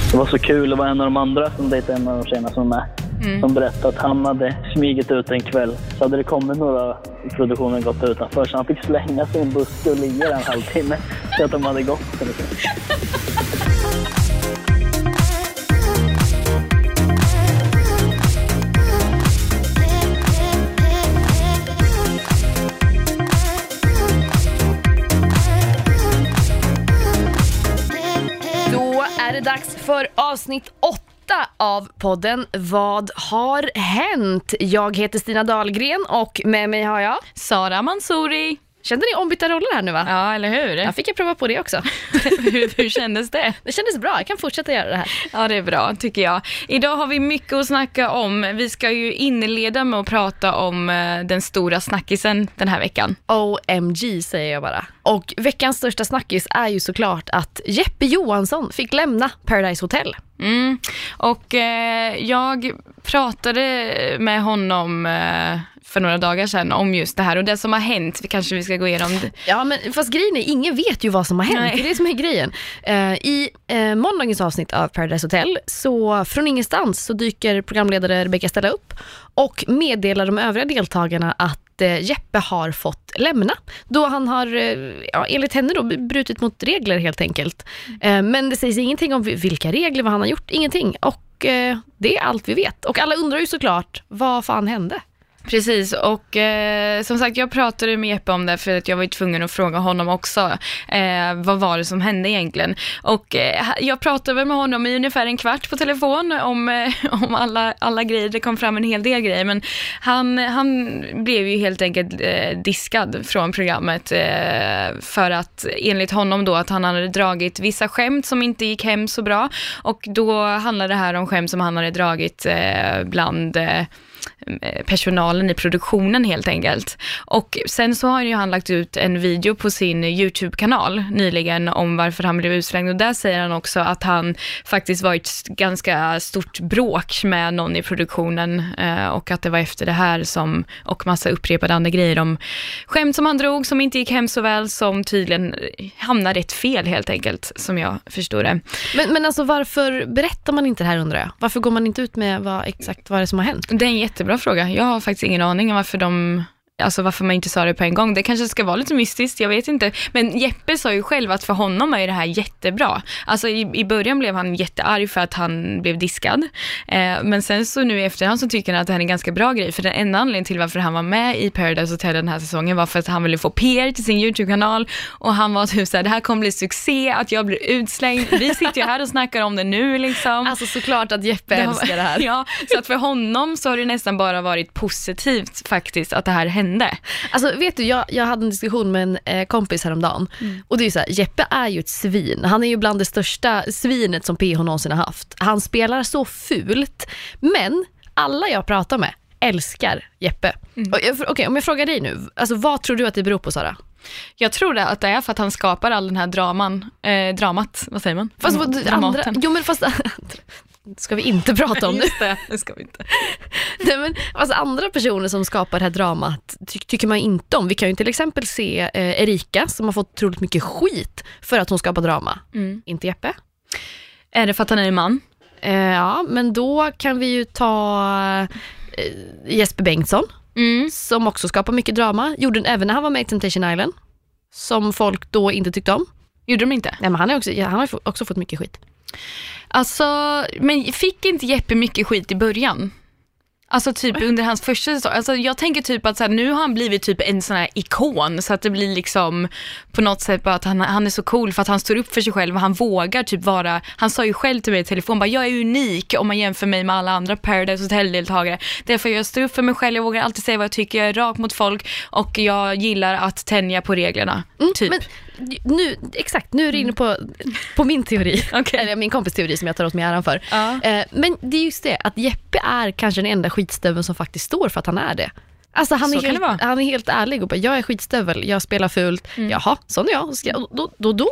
Det var så kul, det var en av de andra som dejtade en av de tjejerna som är med. Som berättade att han hade smugit ut en kväll. Så hade det kommit några i produktionen gått utanför. Så han fick slänga sin buske och ligga en halvtimme. Så att de hade gått. Då är det dags för avsnitt 8 av podden Vad har hänt? Jag heter Stina Dahlgren och med mig har jag Sara Mansouri. Kände ni ombytta roller här nu va? Ja, eller hur? Jag fick prova på det också. hur kändes det? Det kändes bra, jag kan fortsätta göra det här. Ja, det är bra tycker jag. Idag har vi mycket att snacka om. Vi ska ju inleda med att prata om den stora snackisen den här veckan. OMG säger jag bara. Och veckans största snackis är ju såklart att Jeppe Johansson fick lämna Paradise Hotel. Och jag pratade med honom för några dagar sedan om just det här och det som har hänt. Vi ska gå igenom det. Ja, men fast grejen är, ingen vet ju vad som har hänt. Nej. Det är det som är grejen. I måndagens avsnitt av Paradise Hotel så från ingenstans så dyker programledare Rebecca Stella upp och meddelar de övriga deltagarna att Jeppe har fått lämna. Då han har, enligt henne då, brutit mot regler helt enkelt. Men det sägs ingenting om vilka regler, vad han har gjort, ingenting. Och det är allt vi vet. Och alla undrar ju såklart, vad fan hände? Precis, och som sagt jag pratade med Jeppe om det för att jag var ju tvungen att fråga honom också vad var det som hände egentligen. Och jag pratade med honom i ungefär en kvart på telefon om alla grejer. Det kom fram en hel del grejer, men han blev ju helt enkelt diskad från programmet för att enligt honom då att han hade dragit vissa skämt som inte gick hem så bra, och då handlade det här om skämt som han hade dragit bland personalen i produktionen helt enkelt. Och sen så har ju han lagt ut en video på sin YouTube-kanal nyligen om varför han blev utslängd, och där säger han också att han faktiskt var ett ganska stort bråk med någon i produktionen och att det var efter det här som, och massa upprepade andra grejer om skämt som han drog som inte gick hem så väl, som tydligen hamnade rätt fel helt enkelt, som jag förstår det. Men alltså varför berättar man inte det här, undrar jag? Varför går man inte ut med vad är det som har hänt? Det är en jättebra fråga. Jag har faktiskt ingen aning om varför man inte sa det på en gång. Det kanske ska vara lite mystiskt, jag vet inte. Men Jeppe sa ju själv att för honom är det här jättebra. Alltså i början blev han jättearg för att han blev diskad. Men sen så nu i efterhand så tycker han att det här är en ganska bra grej. För den enda anledningen till varför han var med i Paradise Hotel den här säsongen var för att han ville få PR till sin YouTube-kanal. Och han var typ såhär, det här kommer bli succé, att jag blir utslängd. Vi sitter ju här och snackar om det nu liksom. Alltså såklart att Jeppe älskar det här. Ja, så att för honom så har det nästan bara varit positivt faktiskt att det här hände. Alltså vet du, jag hade en diskussion med en kompis häromdagen. Och det är ju så här, Jeppe är ju ett svin. Han är ju bland det största svinet som PH någonsin har haft. Han spelar så fult. Men alla jag pratar med älskar Jeppe. Okej, om jag frågar dig nu, alltså vad tror du att det beror på, Sara? Jag tror att det är för att han skapar all den här dramat, vad säger man? Fast ska vi inte prata om nu? Just det ska vi inte. Nej, men alltså andra personer som skapar det här dramat tycker man inte om. Vi kan ju till exempel se Erika som har fått otroligt mycket skit för att hon skapar drama. Inte Jeppe. Är det för att han är en man? Ja, men då kan vi ju ta Jesper Bengtsson som också skapar mycket drama. Gjorde den även när han var med i Temptation Island, som folk då inte tyckte om. Gjorde de inte? Nej, men han har också fått mycket skit. Alltså, men fick inte Jeppe mycket skit i början? Alltså typ under hans första säsong. Alltså jag tänker typ att så här, nu har han blivit typ en sån här ikon, så att det blir liksom på något sätt bara att han är så cool för att han står upp för sig själv och han vågar typ vara, han sa ju själv till mig i telefon bara, jag är unik om man jämför mig med alla andra Paradise Hotel-deltagare. Därför jag står upp för mig själv, jag vågar alltid säga vad jag tycker, jag är rak mot folk och jag gillar att tänja på reglerna. Typ. Men nu är du inne på min teori. Okay. Eller min kompis teori som jag tar åt mig äran för. Men det är just det, att Jeppe är kanske den enda skitstöveln som faktiskt står för att han är det. Alltså han är helt ärlig och bara, jag är skitstövel, jag spelar fult. Jaha, sån är jag.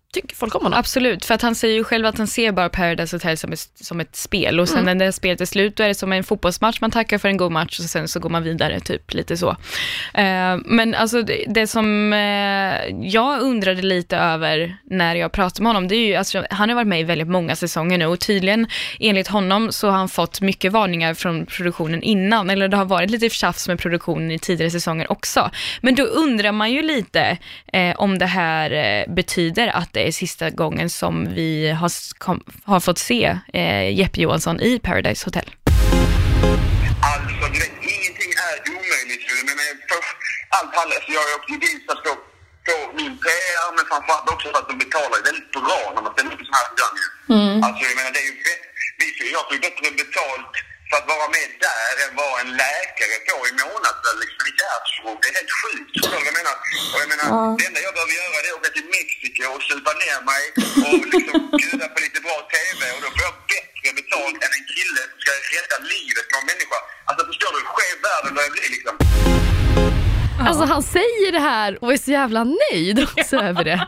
tycker folk om honom. Absolut, för att han säger ju själv att han ser bara Paradise Hotel som ett spel. Och sen när det spelet är slut, då är det som en fotbollsmatch. Man tackar för en god match och sen så går man vidare, typ lite så. Men alltså det som jag undrade lite över när jag pratade med honom, det är ju, alltså, han har varit med i väldigt många säsonger nu och tydligen enligt honom så har han fått mycket varningar från produktionen innan, eller det har varit lite tjafs med produktionen i tidigare säsonger också. Men då undrar man ju lite om det här betyder att det är sista gången som vi har fått se Jeppe Johansson i Paradise Hotel. Alltså, ingenting är omöjligt. Men för allt fall, alltså, jag är optimist att få min PR, men framförallt också för att de betalar väldigt bra när man ställer upp så här program. Alltså, jag menar, det är ju jag får ju bättre betalt för att vara med där än vad en läkare får i månaden liksom, i hjärtsvård. Det är helt sjukt. Jag menar, det enda jag behöver göra det är att åka till Mexiko och supa ner mig och liksom bjuda på lite bra tv, och då får jag bättre betalt än en kille som ska rädda livet på en människa. Alltså, förstår du? Skev världen där jag blir liksom. Alltså han säger det här och är så jävla nöjd också över det.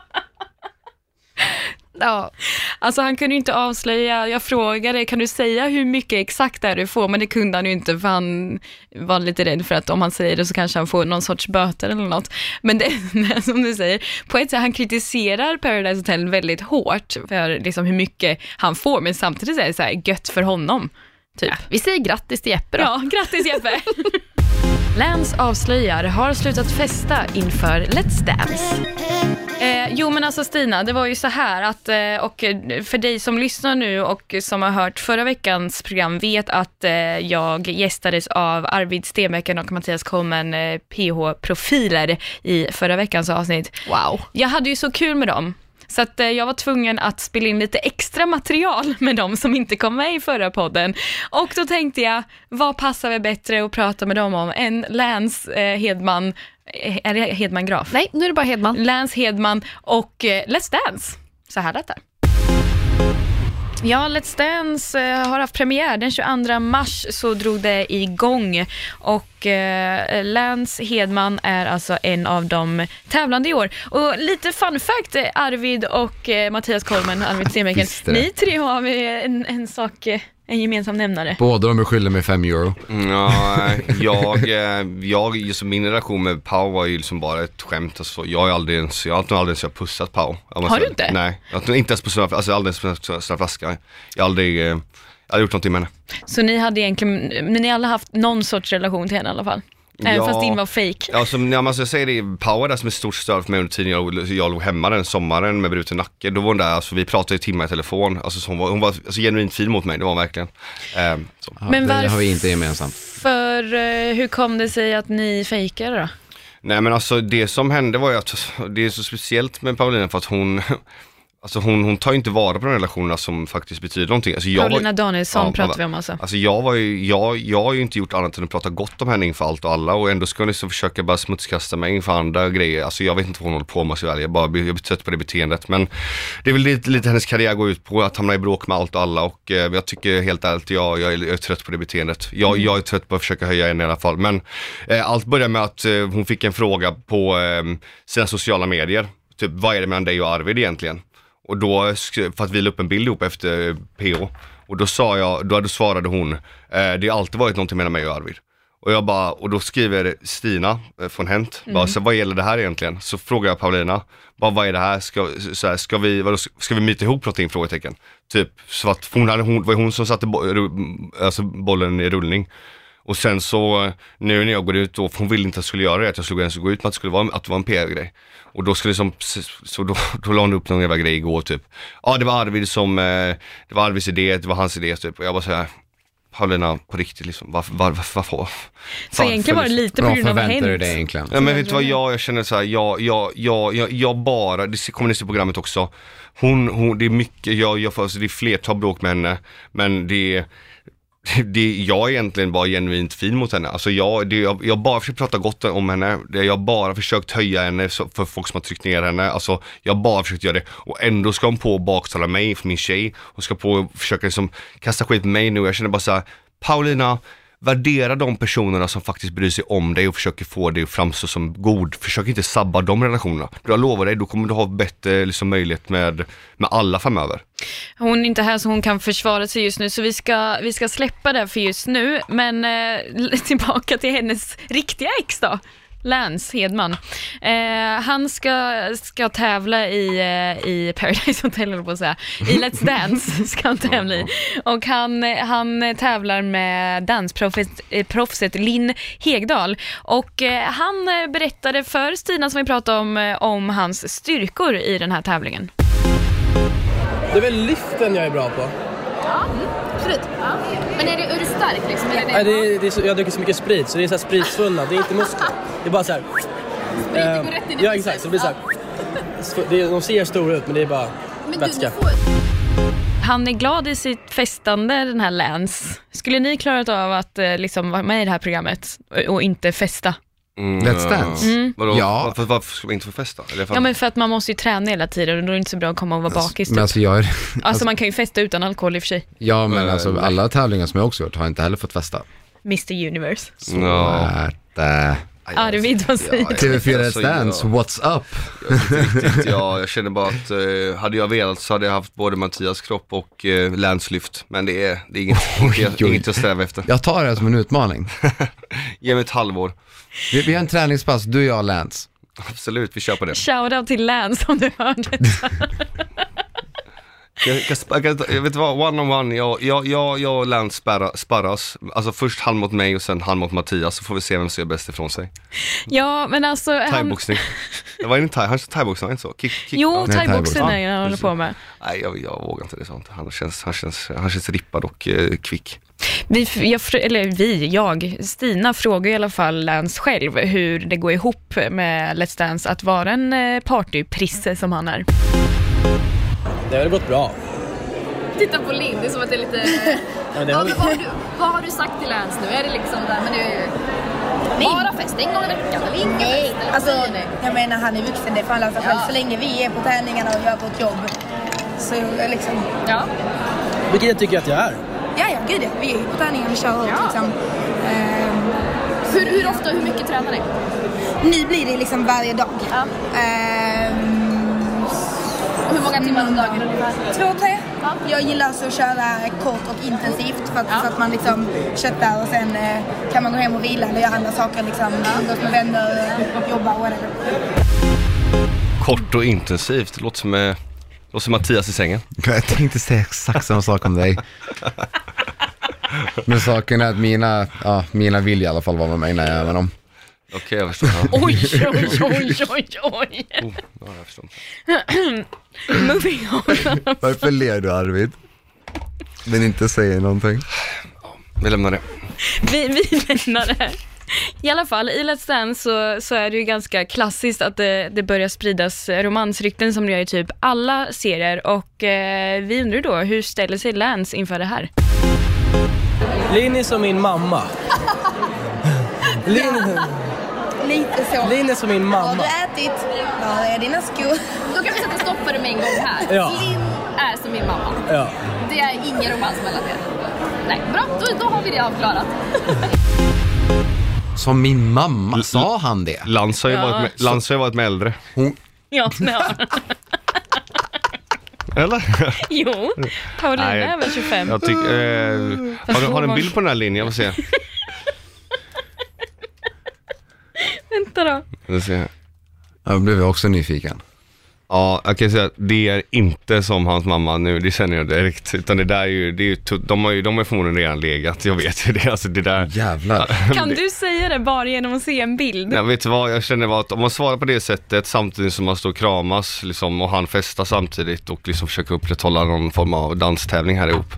Ja, alltså han kunde ju inte avslöja. Jag frågade, kan du säga hur mycket exakt är du får? Men det kunde han ju inte, för han var lite rädd för att om han säger det så kanske han får någon sorts böter eller något. Men det som du säger, på ett sätt han kritiserar Paradise Hotel väldigt hårt för liksom hur mycket han får, men samtidigt är det så här gött för honom typ. Ja, vi säger grattis till Jeppe då. Ja, grattis Jeppe. Lance avslöjar har slutat festa inför Let's Dance. Jo men alltså Stina, det var ju så här att, och för dig som lyssnar nu och som har hört förra veckans program vet att jag gästades av Arvid Stenbecken och Mattias Kollman, PH-profiler i förra veckans avsnitt. Wow. Jag hade ju så kul med dem. Så att jag var tvungen att spela in lite extra material med dem som inte kom med i förra podden. Och då tänkte jag, vad passar vi bättre att prata med dem om än Lance Hedman, är det Hedman Graf? Nej, nu är det bara Hedman. Lance Hedman och Let's Dance. Så här lät det. Ja, Let's Dance har haft premiär den 22 mars, så drog det igång och Lance Hedman är alltså en av de tävlande i år. Och lite fun fact, Arvid och Mattias Kollman, Arvid Stenbecken, ni tre har en sak, en gemensam nämnare. Båda de är skyldiga med 5 euro. Jag så min relation med Pau var ju liksom bara ett skämt. Alltså, jag har aldrig ens pussat Pau. Har du inte? Nej, jag har inte ens pussat, alltså aldrig pussat såna flaska. Jag har aldrig gjort någonting med henne. Så ni hade egentligen, men ni har alla haft någon sorts relation till henne i alla fall? Även fast din var fake. Alltså, jag säger det, Pau är där som ett stort stöd för mig under tiden jag låg hemma den sommaren med bruten nacke. Då var hon där, alltså, vi pratade i timmar i telefon. Alltså, hon var alltså, genuint fin mot mig, det var verkligen. Så. Men varför, det har vi inte gemensamt. För hur kom det sig att ni fejkade då? Nej men alltså det som hände var ju att det är så speciellt med Paulina för att hon tar ju inte vara på de relationerna som faktiskt betyder någonting. Alltså Paulina Danielsson pratar vi om alltså. Alltså jag har ju inte gjort annat än att prata gott om henne inför allt och alla, och ändå ska hon liksom försöka bara smutskasta mig inför andra grejer. Alltså jag vet inte vad hon håller på med så väl. Jag blir trött på det beteendet, men det är väl lite hennes karriär går ut på att hamna i bråk med allt och alla, och jag tycker helt ärligt jag är trött på det beteendet. Jag är trött på att försöka höja henne i alla fall, men allt började med att hon fick en fråga på sina sociala medier. Typ, vad är det mellan dig och Arvid egentligen? Och då, för att vi la upp en bild ihop efter PO, och då svarade hon, det har alltid varit någonting mellan mig och Arvid. Och då skriver Stina från Hent, bara, så vad gäller det här egentligen? Så frågar jag Paulina, vad är det här? Ska vi myta ihop någonting? Frågetecken. Typ, så att var hon som satte bollen i rullning. Och sen så, nu när jag går ut, och hon ville inte att jag skulle göra det, att jag skulle gå ut med att det var en PR-grej. Och då skulle då la hon upp någon jävla grej igår typ. Ja, det var Arvids idé, det var hans idé typ. Och jag bara såhär, Paulina, på riktigt liksom, varför? Så egentligen var det lite på grund av vad hänt. Du det egentligen? Ja, men vet du vad, jag känner såhär, jag bara, det kommer nästa programmet också. Hon det är mycket, det är flertal bråk med henne, men jag är egentligen bara genuint fin mot henne. Alltså jag bara försökt prata gott om henne. Jag bara försökt höja henne för folk som har tryckt ner henne. Alltså jag bara försökt göra det. Och ändå ska hon på och baktala mig för min tjej. Och ska på och försöka liksom kasta skit på mig nu. Jag känner bara så här, Paulina, värdera de personerna som faktiskt bryr sig om dig och försöker få dig att framstå som god. Försök inte sabba de relationerna. Jag lovar dig, då kommer du ha bättre liksom, möjlighet med alla framöver. Hon är inte här så hon kan försvara sig just nu, så vi ska släppa det för just nu. Men tillbaka till hennes riktiga ex då. Lance Hedman. Han ska tävla i Paradise Hotel, på att säga. I Let's Dance ska han tävla i. Och han tävlar med dansproffset Linn Hegdahl. Och han berättade för Stina, som vi pratade om hans styrkor i den här tävlingen. Det är väl lyften jag är bra på. Ja, absolut. Ja. Men är du stark liksom? Jag dricker så mycket sprit, så det är så här spritsvullnad. Det är inte muskler. Det är bara så här. Spriten går rätt in i ja, exakt. Så det blir så här. De ser stora ut, men det är bara vätska. Han är glad i sitt festande, den här Lance. Skulle ni klarat av att liksom vara med i det här programmet och inte festa? Let's Dance? Vadå? Ja. Varför ska vi inte få festa? Ja, men för att man måste ju träna hela tiden och då är det inte så bra att komma och vara bakis. Men alltså, alltså man kan ju festa utan alkohol i och för sig. Ja, men alltså alla tävlingar som jag också gjort har inte heller fått festa. Mr. Universe. Arvid, vad säger du? TV4 Let's Dance, what's up? Jag känner bara att hade jag velat så hade jag haft både Mattias kropp och länslyft. Men det är inget att sträva efter. Jag tar det som en utmaning. Ge mig ett halvår. Vi har en träningspass, du och jag, Lance. Absolut, vi kör på det. Shoutout till Lance om du hör det. Jag vet vad, one-on-one, jag och Lance sparras. Alltså först han mot mig och sen han mot Mattias, så får vi se vem som gör bäst ifrån sig. Ja, men alltså thaiboxning. Det var inte han thaiboxning, inte så? Jo, thaiboxning är jag håller på med. Nej, jag vågar inte det sånt. Han känns rippad och kvick. Stina frågar i alla fall Lance själv hur det går ihop med Let's Dance att vara en partyprisse som han är. Det har gått bra. Titta på Linn, det är som att det är lite... vad har du sagt till Lance nu? Är det liksom där, men det är bara fest en gång i veckan eller inga fest? Alltså, jag menar han är vuxen, det faller sig själv. Så länge vi är på träningarna och gör vårt jobb så liksom... Ja. Vilket jag tycker att jag är. Ja, gud, vi är på träningarna och kör liksom. Hur ofta och hur mycket tränar ni? Nu blir det liksom varje dag. Ja. Hur många timmar om dagen ungefär? 2-3. Ja. Jag gillar alltså att köra kort och intensivt för att, så att man liksom köttar och sen kan man gå hem och vila eller göra andra saker liksom, umgås med vänner, jobba och whatever. Kort och intensivt, det låter som Mattias i sängen. Jag tänkte säga exakt samma sak om dig. Men saken är att mina vill i alla fall vara med mig när jag är med dem. Okej, jag förstår. Oj. Jag förstår. Moving on. Varför ler du, Arvid? Men inte säger någonting. Vi lämnar det. Vi lämnar det. I alla fall, i Let's Dance så är det ju ganska klassiskt att det börjar spridas romansrykten som det gör i typ alla serier. Och vi undrar då, hur ställer sig Lance inför det här? Linn är som min mamma. Lite så. Linn är som min mamma. Har du ätit? Ja, är dina skor. Då kan vi sätta stopp för det med en gång här. Ja. Linn är som min mamma. Ja. Det är ingen romans mellan er. Nej, bra. Då har vi det avklarat. Som min mamma, sa han det? Lance har ju varit med äldre. Ja. Eller? Jo, Paulina är väl 25. Jag har du en bild på den här linjen? Jag får se. Vänta då. Jag blev också nyfiken. Ja, jag kan säga att det är inte som hans mamma nu, det känner jag direkt. Utan det där är ju de har förmodligen redan legat, jag vet ju det. Alltså det där... Jävlar. Kan du säga det bara genom att se en bild? Jag vet vad, jag känner att om man svarar på det sättet samtidigt som man står och kramas liksom, och han festar samtidigt och liksom försöker upprätthålla någon form av danstävling här ihop.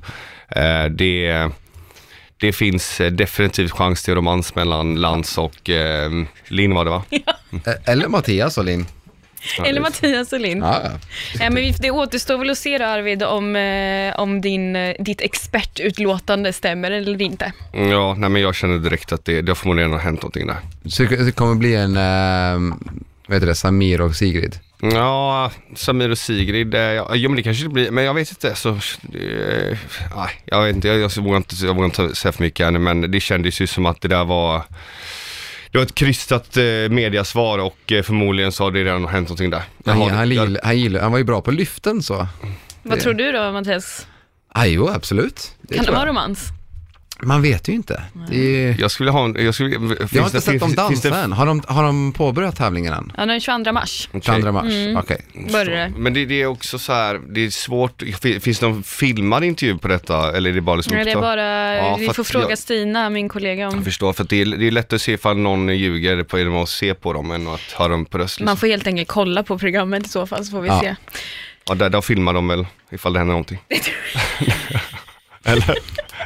Det finns definitivt chans till romans mellan Lance och Linn, var det va? Ja. Eller Mattias och Linn. Eller Mattias och Linn. Ja. Men det återstår väl att se då, Arvid, om ditt expertutlåtande stämmer eller inte. Ja, nej, men jag känner direkt att det har förmodligen hänt någonting där. Så det kommer bli en Samir och Sigrid. Ja, Samir och Sigrid, men det kanske det blir, men jag vet inte, så nej, jag vet inte, jag vågar inte säga för mycket ännu, men det kändes ju som att det var ett krystat mediasvar och förmodligen så har det redan hänt någonting där. Han var ju bra på lyften så. Vad tror du då, Mattias? Jo, absolut. Kan det vara romans? Man vet ju inte. Jag skulle ha jag har inte sett dem dansa än. Har de påbörjat tävlingen än? Ja, den 22 mars. 22 mars, okej. Börjar. Men det är också så här, det är svårt. Finns det någon filmad intervju på detta? Eller är det bara liksom Nej, det är bara, vi får fråga Stina, min kollega, om. Jag förstår, för det är lätt att se ifall någon ljuger på genom att se på dem än att höra dem på röst. Liksom. Man får helt enkelt kolla på programmet i så fall, så får vi se. Ja, där filmar de väl ifall det händer någonting. Eller?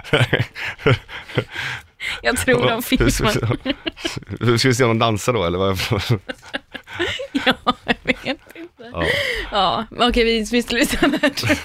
Jag tror de filmar. Ska vi se om de dansar då, eller vad? Ja, jag vet inte. Ja, okej, vi slutar med det.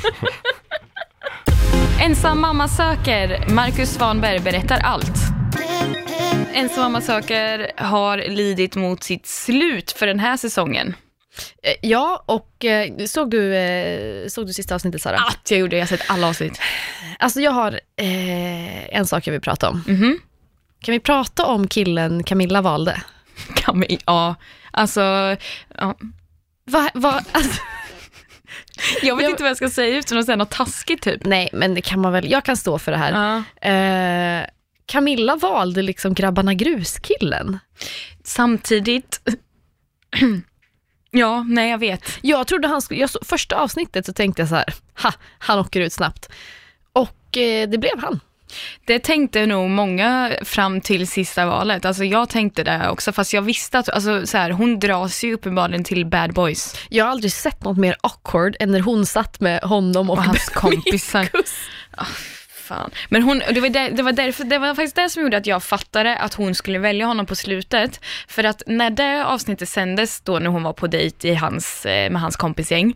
Ensam mamma söker. Marcus Svanberg berättar allt. Ensam mamma söker har lidit mot sitt slut för den här säsongen. Ja, och såg du sista avsnittet, Sara? Jag gjorde, jag har sett alla avsnitt. Alltså jag har en sak jag vill prata om. Kan vi prata om killen Camilla valde? Ja, alltså... Ja. Alltså, jag vet inte vad jag ska säga utan att säga något taskigt typ. Nej, men det kan man väl. Jag kan stå för det här. Camilla valde liksom grabbarna gruskillen. Samtidigt... Ja, nej, jag vet. Jag trodde första avsnittet så tänkte jag så här, han åker ut snabbt. Och det blev han. Det tänkte nog många fram till sista valet. Alltså jag tänkte det också, fast jag visste att alltså, så här, hon dras ju uppenbarligen till bad boys. Jag har aldrig sett något mer awkward än när hon satt med honom och hans kompisar. Fan. Men det var faktiskt det som gjorde att jag fattade att hon skulle välja honom på slutet. För att när det avsnittet sändes då, när hon var på dejt med hans kompisgäng,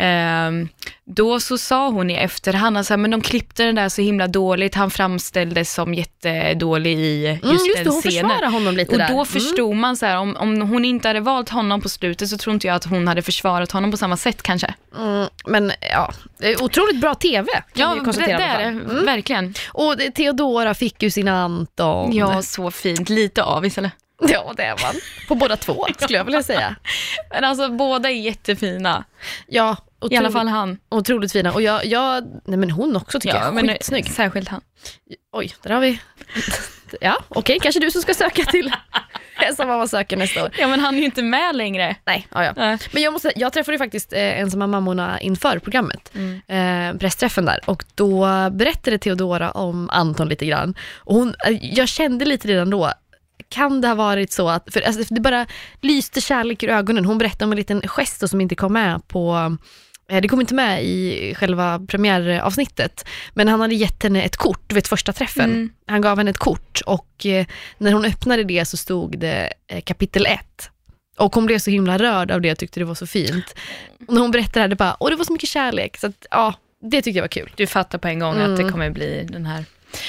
då så sa hon i efterhand alltså, men de klippte den där så himla dåligt, han framställdes som jättedålig i just den scenen. Honom lite och där. Då förstod man så här, om hon inte hade valt honom på slutet så tror inte jag att hon hade försvarat honom på samma sätt kanske. Men ja, otroligt bra tv. Ja, det är det, verkligen. Och Theodora fick ju sin Anton. Ja, så fint. Lite avis, eller? Ja, det är man. På båda två, skulle jag vilja säga. Men alltså, båda är jättefina. Ja, i alla fall han. Otroligt fina. Och nej men hon också tycker jag är skitsnygg. Särskilt han. Oj, där har vi... Ja, okej, kanske du som ska söka till ensam mamma söker nästa år. Ja, men han är ju inte med längre. Nej, ja. Men jag träffade ju faktiskt ensamma mammorna inför programmet. Pressträffen där. Och då berättade Theodora om Anton lite grann. Och jag kände lite redan då, kan det ha varit så att, för alltså, det bara lyste kärlek i ögonen. Hon berättade om en liten gest som inte kom med på... Det kom inte med i själva premiäravsnittet. Men han hade gett henne ett kort, du vet, första träffen. Han gav henne ett kort och när hon öppnade det så stod det kapitel 1. Och hon blev så himla rörd av det och tyckte det var så fint. Och när hon berättade det bara, det var så mycket kärlek. Så att, ja, det tyckte jag var kul. Du fattar på en gång att det kommer bli den här.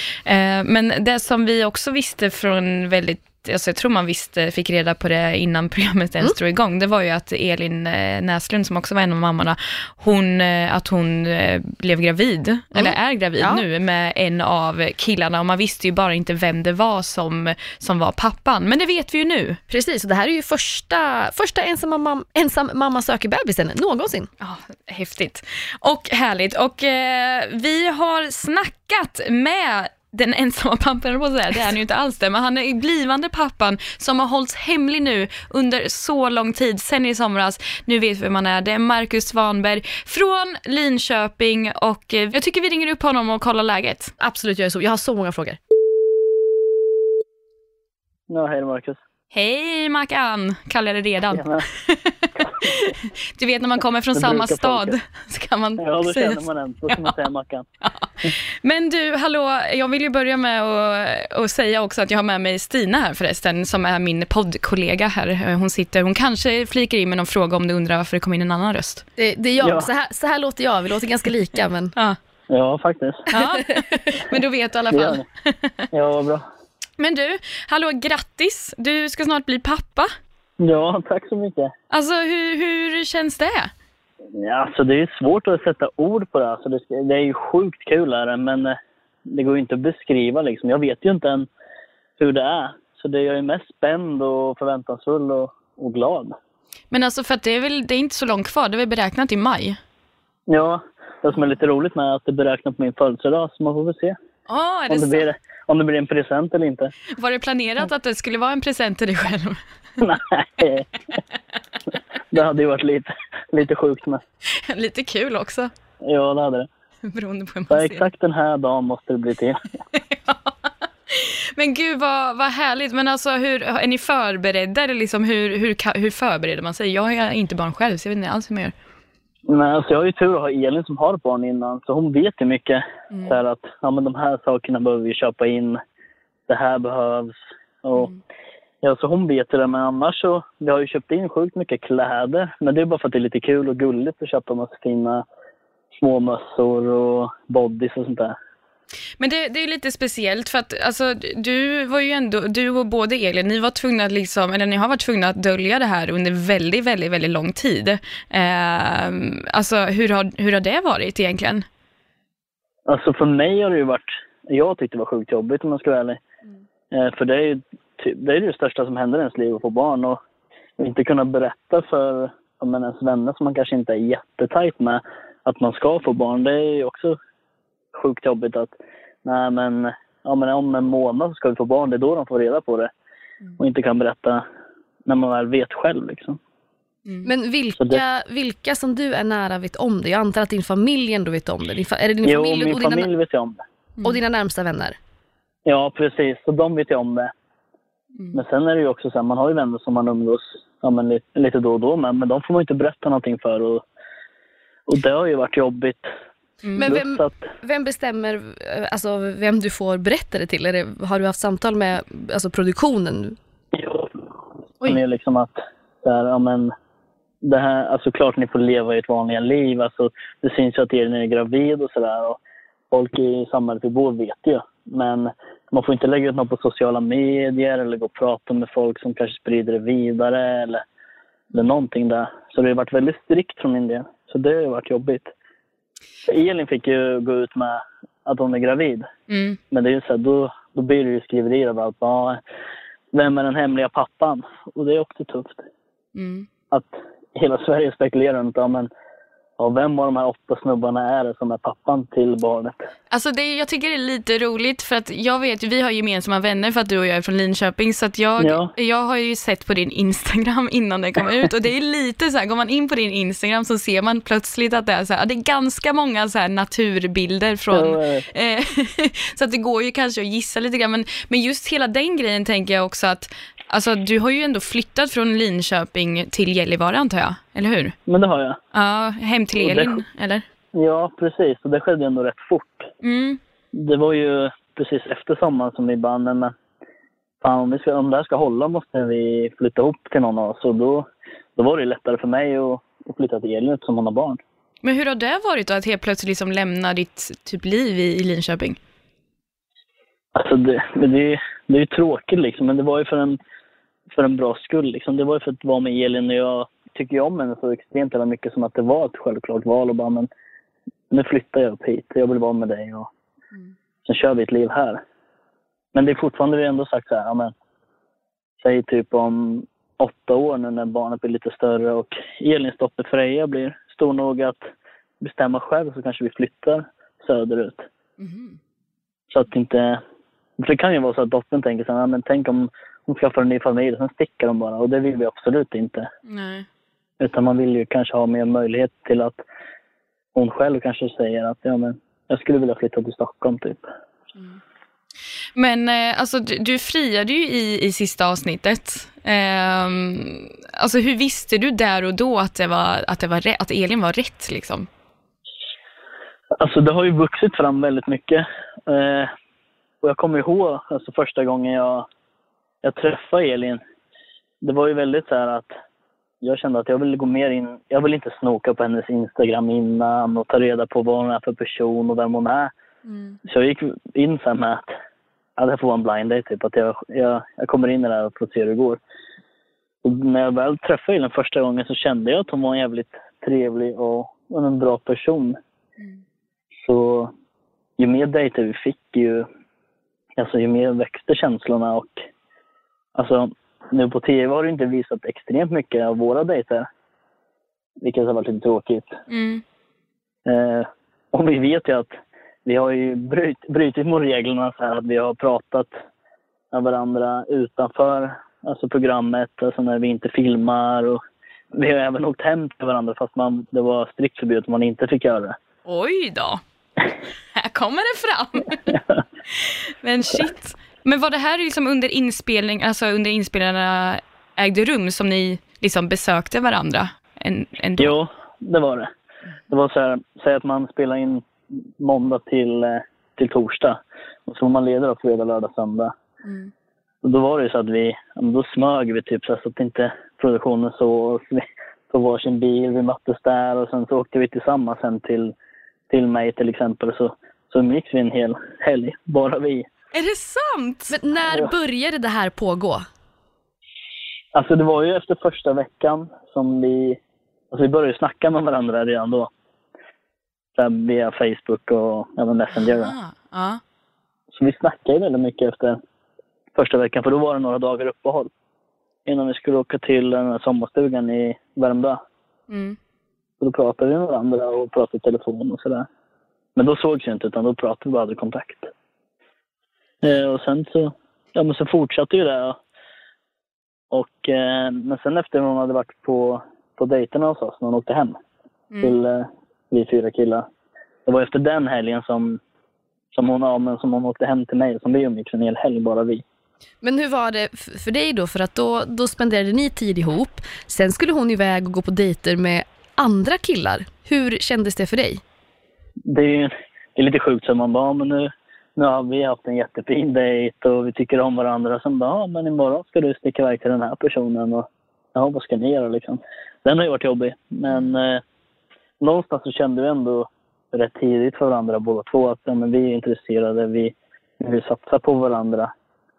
Men det som vi också visste från väldigt, alltså jag tror man fick reda på det innan programmet ens drog igång, det var ju att Elin Näslund, som också var en av mammorna, att hon blev gravid, eller är gravid nu med en av killarna, och man visste ju bara inte vem det var som var pappan, men det vet vi ju nu. Precis, och det här är ju första ensam mamma söker bebisen någonsin. Ja, häftigt och härligt, och vi har snackat med den ensamma pappan, på det är han ju inte alls det, men han är blivande pappan som har hållits hemlig nu under så lång tid, sen i somras. Nu vet vi vem man är. Det är Marcus Svanberg från Linköping, och jag tycker vi ringer upp honom och kollar läget. Absolut, jag har så många frågor. Ja, hej Marcus. Hej Mackan, kallar jag det redan. Du vet när man kommer från samma stad så kan man säga. Ja, då känner man en, så kan man säga Mackan. Ja. Men du, hallå, jag vill ju börja med att säga också att jag har med mig Stina här förresten, som är min poddkollega här. Hon kanske flikar in med någon fråga om du undrar varför det kom in en annan röst. Det är jag, ja. Så här låter jag, vi låter ganska lika, men... Ja, faktiskt. Ja. Men då vet du i alla fall. Ja, vad bra. Men du, hallå, grattis. Du ska snart bli pappa. Ja, tack så mycket. Alltså hur känns det? Ja, alltså det är svårt att sätta ord på det. Alltså det är ju sjukt kul här, men det går ju inte att beskriva liksom. Jag vet ju inte än hur det är. Så det är ju mest spänd och förväntansfull och glad. Men alltså för att det är inte så långt kvar, det är väl beräknat i maj? Ja, det som är lite roligt med att det är beräknat på min födelsedag, så man får väl se Är det om det blir en present eller inte. Var det planerat att det skulle vara en present till dig själv? Nej, det hade ju varit lite sjukt med. Lite kul också. Ja, det hade det. Beroende på hur man Så ser. exakt den här dagen måste det bli till. Men gud vad härligt. Men alltså är ni förberedda? Eller liksom, hur förbereder man sig? Jag är inte barn själv så jag vet inte alls hur man gör. Nej, alltså jag har ju tur att ha Elin som har barn innan. Så hon vet ju mycket. Så här att men de här sakerna behöver vi köpa in. Det här behövs. Och, ja, så hon vet det. Men annars så vi har ju köpt in sjukt mycket kläder. Men det är bara för att det är lite kul och gulligt att köpa massa fina små mössor och bodys och sånt där. Men det är lite speciellt för att alltså, du och både Elin, ni var tvungna att ni har varit tvungna att dölja det här under väldigt, väldigt, väldigt lång tid. Alltså hur har det varit egentligen? Alltså för mig har det ju varit, jag tyckte det var sjukt jobbigt om man ska vara ärlig. För det är ju det största som händer i ens liv att få barn och inte kunna berätta för ens vänner som man kanske inte är jättetajt med att man ska få barn. Det är ju också sjukt jobbigt att om en månad så ska vi få barn, det är då de får reda på det och inte kan berätta när man väl vet själv liksom. Men vilka som du är nära vet om det? Jag antar att din familj ändå vet om det. Är det din familj min familj vet om det. Och dina närmsta vänner? Ja, precis. Så de vet ju om det. Men sen är det ju också så här, man har ju vänner som man umgås lite då och då med, men de får man inte berätta någonting för och det har ju varit jobbigt. Men vem bestämmer alltså vem du får berätta det till? Har du haft samtal med produktionen? Ja, det är liksom att det här, alltså klart ni får leva i ett vanliga liv. Alltså, det syns ju att Elin är gravid och sådär och folk i samhället vi bor vet ju. Men man får inte lägga ut något på sociala medier eller gå och prata med folk som kanske sprider det vidare eller någonting där. Så det har varit väldigt strikt från min del. Så det har varit jobbigt. Elin fick ju gå ut med att hon är gravid. Men det är ju så här, då blir det ju skriverier av allt. Vem är den hemliga pappan? Och det är också tufft. Att hela Sverige spekulerar inte vem av de här 8 snubbarna är det som är pappan till barnet? Alltså jag tycker det är lite roligt för att jag vet ju, vi har gemensamma vänner för att du och jag är från Linköping så att jag har ju sett på din Instagram innan det kom ut och det är lite så här, går man in på din Instagram så ser man plötsligt att det är så här, det är ganska många så här naturbilder från så att det går ju kanske att gissa lite grann men just hela den grejen tänker jag också att alltså du har ju ändå flyttat från Linköping till Gällivare antar jag, eller hur? Men det har jag. Ja, hem till Elin, eller? Ja, precis. Och det skedde ändå rätt fort. Det var ju precis efter sommaren som vi bara, men om det här ska hålla måste vi flytta ihop till någon av oss. Och då var det lättare för mig att flytta till Elin som hon har barn. Men hur har det varit då att helt plötsligt liksom lämna ditt typ liv i Linköping? Alltså det är ju tråkigt liksom, men det var ju för en bra skull liksom. Det var ju för att vara med Elin och jag tycker om henne så extremt eller mycket som att det var ett självklart val och bara, men nu flyttar jag upp hit, jag vill vara med dig och sen kör vi ett liv här. Men det är fortfarande, vi ändå sagt så här, säg typ om 8 år nu när barnet blir lite större och Elins dotter Freja blir stor nog att bestämma själv så kanske vi flyttar söderut. Så att inte, för det kan ju vara så att dottern tänker så här, men tänk om hon skaffar en ny familj och sen sticker de bara och det vill vi absolut inte. Nej. Utan man vill ju kanske ha mer möjlighet till att hon själv kanske säger att jag skulle vilja flytta till Stockholm typ. Men alltså du friade ju i sista avsnittet. Alltså hur visste du där och då att att Elin var rätt liksom? Alltså det har ju vuxit fram väldigt mycket. Och jag kommer ihåg alltså första gången jag träffade Elin. Det var ju väldigt så här att jag kände att jag ville gå mer in. Jag vill inte snoka på hennes Instagram innan och ta reda på vad hon är för person och vem hon är. Så jag gick in så här med att det får vara en blind date typ. Att jag kommer in i det här och får se hur det går. Och när jag väl träffade Elin första gången så kände jag att hon var en jävligt trevlig och en bra person. Så ju mer dejter vi fick ju mer växte känslorna. Och alltså, nu på tv har det inte visat extremt mycket av våra dejter. Vilket har varit lite tråkigt. Och vi vet ju att vi har ju brutit mot reglerna så här att vi har pratat med varandra utanför programmet, alltså när vi inte filmar. Och vi har även åkt hem till varandra fast det var strikt förbjudet man inte fick göra det. Oj då! Här kommer det fram! Men shit! Men var det här liksom under inspelningarna ägde rum som ni liksom besökte varandra? Jo, det var det. Det var så här, säg att man spelar in måndag till torsdag. Och så får man leda fredag, lördag, söndag. Och då var det så att då smög vi typ så att inte produktionen så vi på varsin bil, vi möttes där och sen så åkte vi tillsammans sen till mig till exempel. Så umgicks vi en hel helg, bara vi. Är det sant? Men när började det här pågå? Alltså det var ju efter första veckan som vi började snacka med varandra redan då. Så via Facebook och Messenger. Så vi snackade väldigt mycket efter första veckan, för då var det några dagar uppehåll innan vi skulle åka till den här sommarstugan i Värmdö. Så då pratade vi med varandra och pratade i telefon och sådär. Men då sågs ju inte, utan då pratade vi bara, hade kontakt. Och sen så fortsatte ju det. Och men sen efter hon hade varit på dejterna hos oss när hon åkte hem till vi 4 killar. Det var efter den helgen som hon åkte hem till mig, som vi umgicks en hel helg, bara vi. Men hur var det för dig då? För att då spenderade ni tid ihop. Sen skulle hon iväg och gå på dejter med andra killar. Hur kändes det för dig? Det är lite sjukt som man bara, men nu har vi haft en jättefin dejt och vi tycker om varandra. Som bara, men imorgon ska du sticka iväg till den här personen och vad ska ni göra liksom? Den har ju varit jobbig, men någonstans så kände vi ändå rätt tidigt för varandra båda två att men vi är intresserade, vi vill satsa på varandra.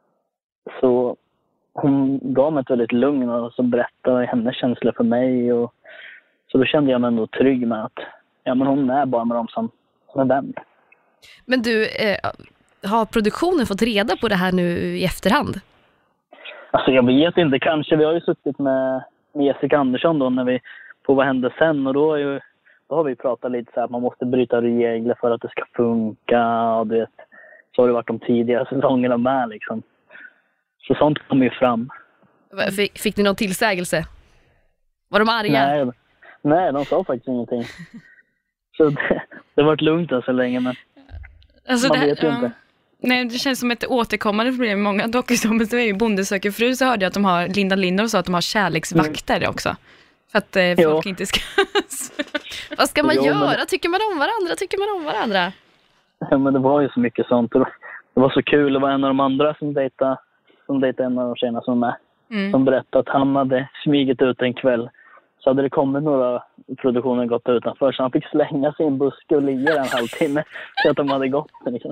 Så hon gav mig ett väldigt lugn och så berättade hennes känslor för mig. Och så då kände jag mig ändå trygg med att men hon är bara med dem som en vän. Men du, har produktionen fått reda på det här nu i efterhand? Alltså jag vet inte, kanske. Vi har ju suttit med Jessica Andersson då när vi på vad hände sen. Och då har vi pratat lite så här att man måste bryta regler för att det ska funka. Och så har det varit de tidigare säsongerna med liksom. Så sånt kommer ju fram. Fick ni någon tillsägelse? Var de arga? Nej, de sa faktiskt ingenting. Så det har varit lugnt så länge, men alltså man vet ju inte. Nej, det känns som ett återkommande problem. Många dokusåpor som är ju Bonde söker fru, så hörde jag att de har, Linda Lindor sa att de har kärleksvakter också. För att folk inte ska... Vad ska man göra? Tycker man om varandra? Ja, men det var ju så mycket sånt. Det var så kul. Det var en av de andra som dejtade en av de tjejerna som är med. Som berättade att han hade smugit ut en kväll. Så hade det kommit några produktioner gått utanför. Så han fick slänga sin buske och ligga en halvtimme. Så att de hade gått liksom.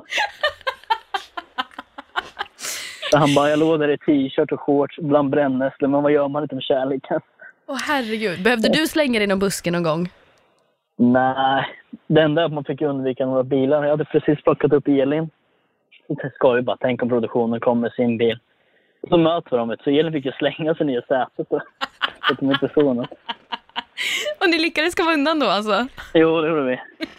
Så han bara, jag låg där i t-shirt och shorts bland brännässlor. Men vad gör man inte med kärleken? Herregud, behövde du slänga dig i någon buske någon gång? Nej, det enda är att man fick undvika några bilar. Jag hade precis plockat upp Elin. Jag ska ju bara tänka om produktionen kommer med sin bil. Så möter de så Elin fick ju slänga sig ner i sätet. Så att de inte såg något. Och ni lyckades komma undan då alltså? Jo, det gjorde vi.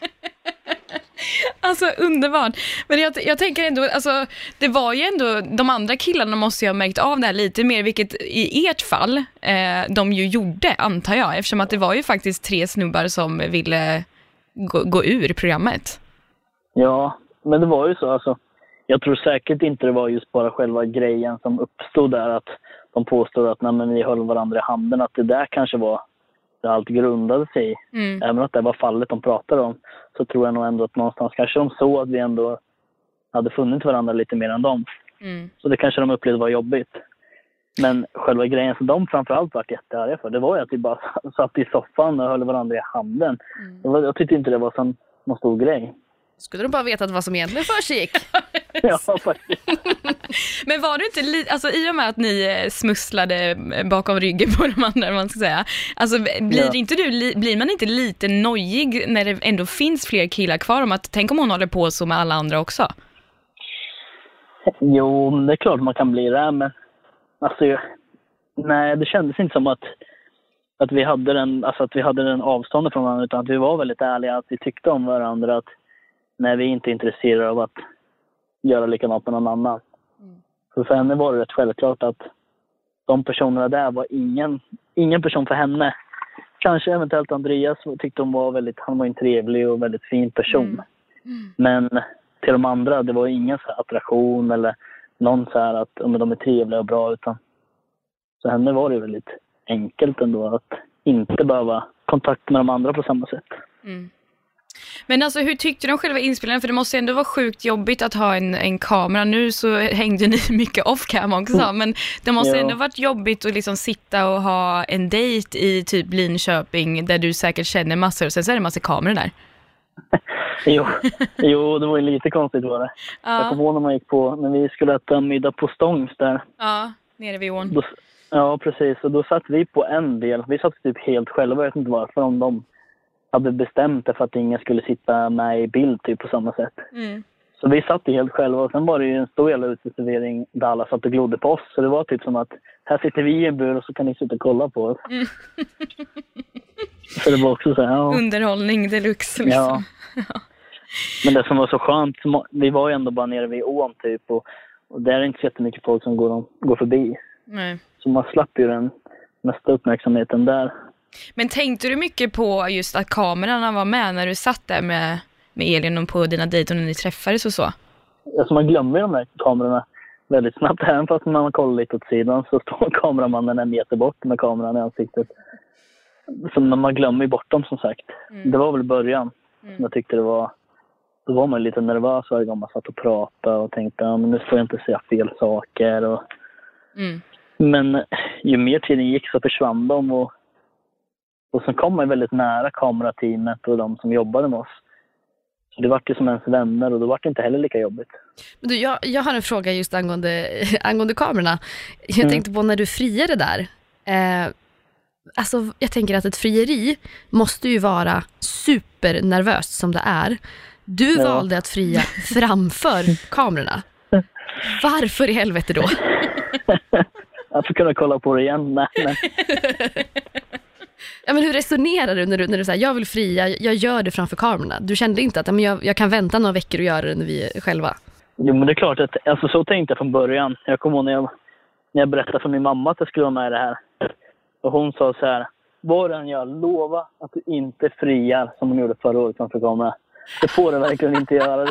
Alltså underbart. Men jag tänker ändå, alltså det var ju ändå, de andra killarna måste ju ha märkt av det här lite mer, vilket i ert fall de ju gjorde, antar jag, eftersom att det var ju faktiskt 3 snubbar som ville gå ur programmet. Ja, men det var ju så alltså. Jag tror säkert inte det var just bara själva grejen som uppstod där, att de påstod att när vi höll varandra i handen, att det där kanske var det allt grundade sig i. Även att det var fallet de pratade om, så tror jag nog ändå att någonstans kanske de såg att vi ändå hade funnit varandra lite mer än dem. Så det kanske de upplevde var jobbigt. Men själva grejen som de framförallt var jättearga för, det var ju att vi bara satt i soffan och höll varandra i handen. Jag tyckte inte det var någon stor grej. Skulle de bara veta vad som egentligen försiggick? Ja, faktiskt. Men var du inte alltså i och med att ni smusslade bakom ryggen på de andra, man ska säga. Alltså blir man inte lite nojig när det ändå finns fler killar kvar om att tänk om hon håller på så med alla andra också? Jo, det är klart man kan bli det, men alltså nej, det kändes inte som att vi hade den avståndet från varandra, utan att vi var väldigt ärliga, att vi tyckte om varandra, att när vi inte är intresserade av att göra likadant med någon annan. För henne var det rätt självklart att de personerna där var ingen person för henne. Kanske eventuellt Andreas tyckte han var en trevlig och väldigt fin person. Men till de andra, det var ingen så här attraktion eller någon så här att de är trevliga och bra, utan så henne var det väldigt enkelt ändå att inte behöva kontakt med de andra på samma sätt. Men alltså hur tyckte du om själva inspelningen? För det måste ändå vara sjukt jobbigt att ha en kamera. Nu så hängde ni mycket off-cam också. Men det måste ändå varit jobbigt att liksom sitta och ha en dejt i typ Linköping där du säkert känner massor. Och sen så är det massor kameror där. Jo, det var ju lite konstigt var det. Ja. Jag kommer ihåg när vi skulle äta middag på Stångs där. Ja, nere vid ån. Ja, precis. Och då satt vi på en del. Vi satt typ helt själva. Jag vet inte varför, om de hade bestämt det för att ingen skulle sitta med i bild typ på samma sätt. Så vi satt helt själva, och sen var det ju en stor jävla uteservering där alla satt och glodde på oss. Så det var typ som att här sitter vi i en bur och så kan ni sitta och kolla på oss. Så det var också så här, ja. Underhållning deluxe liksom. Ja. Men det som var så skönt, vi var ju ändå bara nere vid ån typ, och där är det inte så jättemycket folk som går förbi. Nej. Så man slapp ju den mesta uppmärksamheten där. Men tänkte du mycket på just att kamerorna var med när du satt där med Elin och på dina dejter när ni träffades och så? Alltså man glömmer de här kamerorna väldigt snabbt. Även fast man kollar lite åt sidan så står kameramannen en meter bort med kameran i ansiktet. Så man glömmer ju bort dem som sagt. Det var väl början. Jag tyckte då var man lite nervös varje gång man satt och pratade och tänkte men nu får jag inte säga fel saker. Men ju mer tiden gick så försvann de och sen kom man väldigt nära kamerateamet och de som jobbade med oss. Så det var ju som ens vänner och då var det inte heller lika jobbigt. Men du, jag har en fråga just angående kamerorna. Jag tänkte på när du friade där. Alltså jag tänker att ett frieri måste ju vara supernervöst som det är. Du valde att fria framför kamerorna. Varför i helvete då? Jag får kunna kolla på det igen. Nej. Ja, men hur resonerar du när du säger jag vill fria, jag gör det framför kamerorna? Du kände inte att jag kan vänta några veckor och göra det när vi är själva? Jo, men det är klart att alltså, så tänkte jag från början. Jag kommer ihåg när jag berättade för min mamma att jag skulle vara med i det här. Och hon sa så här: var än jag lova att du inte friar som hon gjorde förra året framför kamerorna. Det får du verkligen inte göra.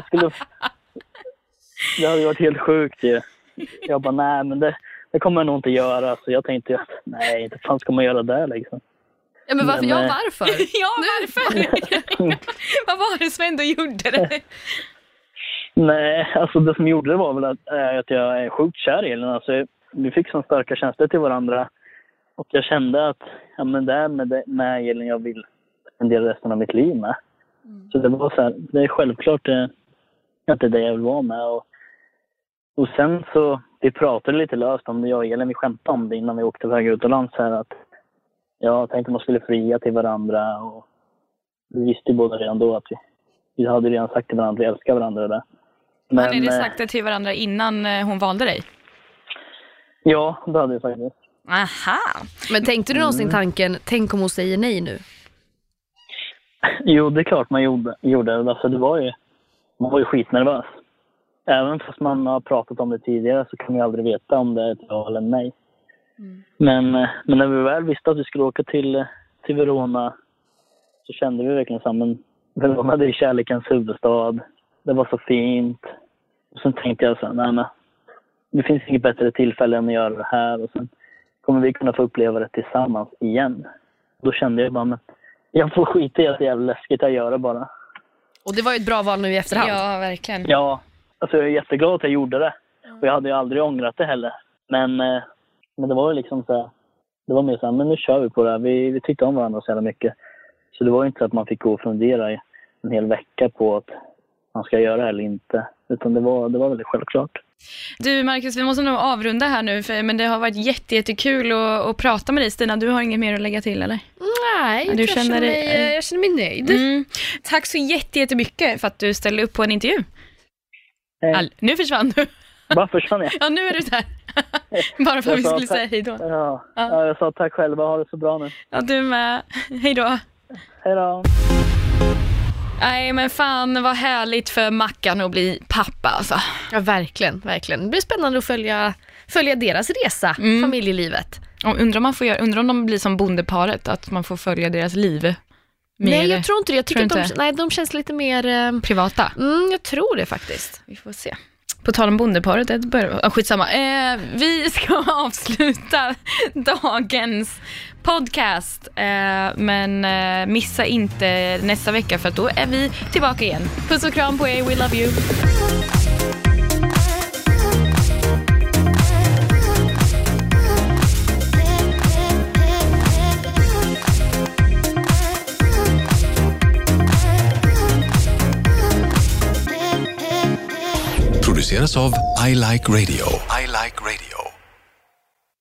Det hade varit helt sjukt ju. Jag bara, nej men det kommer jag nog inte göra. Så jag tänkte att nej, inte fan ska man göra det liksom. Ja, men varför? Varför? Varför? Vad var det som ändå gjorde det? Nej, alltså det som gjorde det var väl att jag är sjukt kär i Elin. Alltså, vi fick så starka känslor till varandra. Och jag kände att det är med Elin jag vill spendera resten av mitt liv med. Så det var så här, det är självklart att det är det jag vill vara med. Och sen så, vi pratade lite löst om det, jag och Elin, vi skämtade om det innan vi åkte väg utomlands här, att jag tänkte att man skulle fria till varandra, och vi visste ju båda redan då att vi hade redan sagt till varandra att vi älskar varandra där. Men, hade ni sagt det till varandra innan hon valde dig? Ja, det hade vi faktiskt. Aha. Men tänkte du någonsin tanken, tänk om hon säger nej nu? Jo, det är klart man gjorde det. Alltså, man var ju skitnervös. Även fast man har pratat om det tidigare så kan man ju aldrig veta om det är ett ja eller nej. Men när vi väl visste att vi skulle åka till Verona så kände vi verkligen samman. Verona, det är kärlekens huvudstad. Det var så fint. Och sen tänkte jag så här, nej, det finns inget bättre tillfälle än att göra det här. Och sen kommer vi kunna få uppleva det tillsammans igen. Då kände jag bara, men jag får skita i att det är jävla läskigt att göra bara. Och det var ju ett bra val nu i efterhand. Ja, verkligen. Ja, alltså jag är jätteglad att jag gjorde det. Och jag hade ju aldrig ångrat det heller. Men det var ju liksom så här, det var mer så här, men nu kör vi på det här. Vi tyckte om varandra så jävla mycket. Så det var ju inte så att man fick gå och fundera i en hel vecka på att man ska göra det eller inte. Utan det var väldigt självklart. Du Marcus, vi måste nog avrunda här nu, men det har varit jättekul att prata med dig. Stina, du har inget mer att lägga till, eller? Nej, jag känner mig nöjd. Tack så jättemycket för att du ställde upp på en intervju. Nu försvann du. Bara försvann jag? Ja, nu är du där. Bara för att vi skulle säga hej då. Ja, jag sa tack själva. Ha det så bra nu. Ja, du med. Hej då. Hej då. Nej, men fan vad härligt för Mackan att bli pappa alltså. Ja, verkligen. Det blir spännande att följa deras resa, familjelivet. Och undrar om de blir som bondeparet, att man får följa deras liv. Nej, jag tror inte det. Jag tycker att de känns lite mer privata. Jag tror det faktiskt. Vi får se. På tal om bondeparet, skitsamma. Vi ska avsluta dagens podcast. Men missa inte nästa vecka, för att då är vi tillbaka igen. Puss och kram på er, we love you. Produceras av I Like Radio.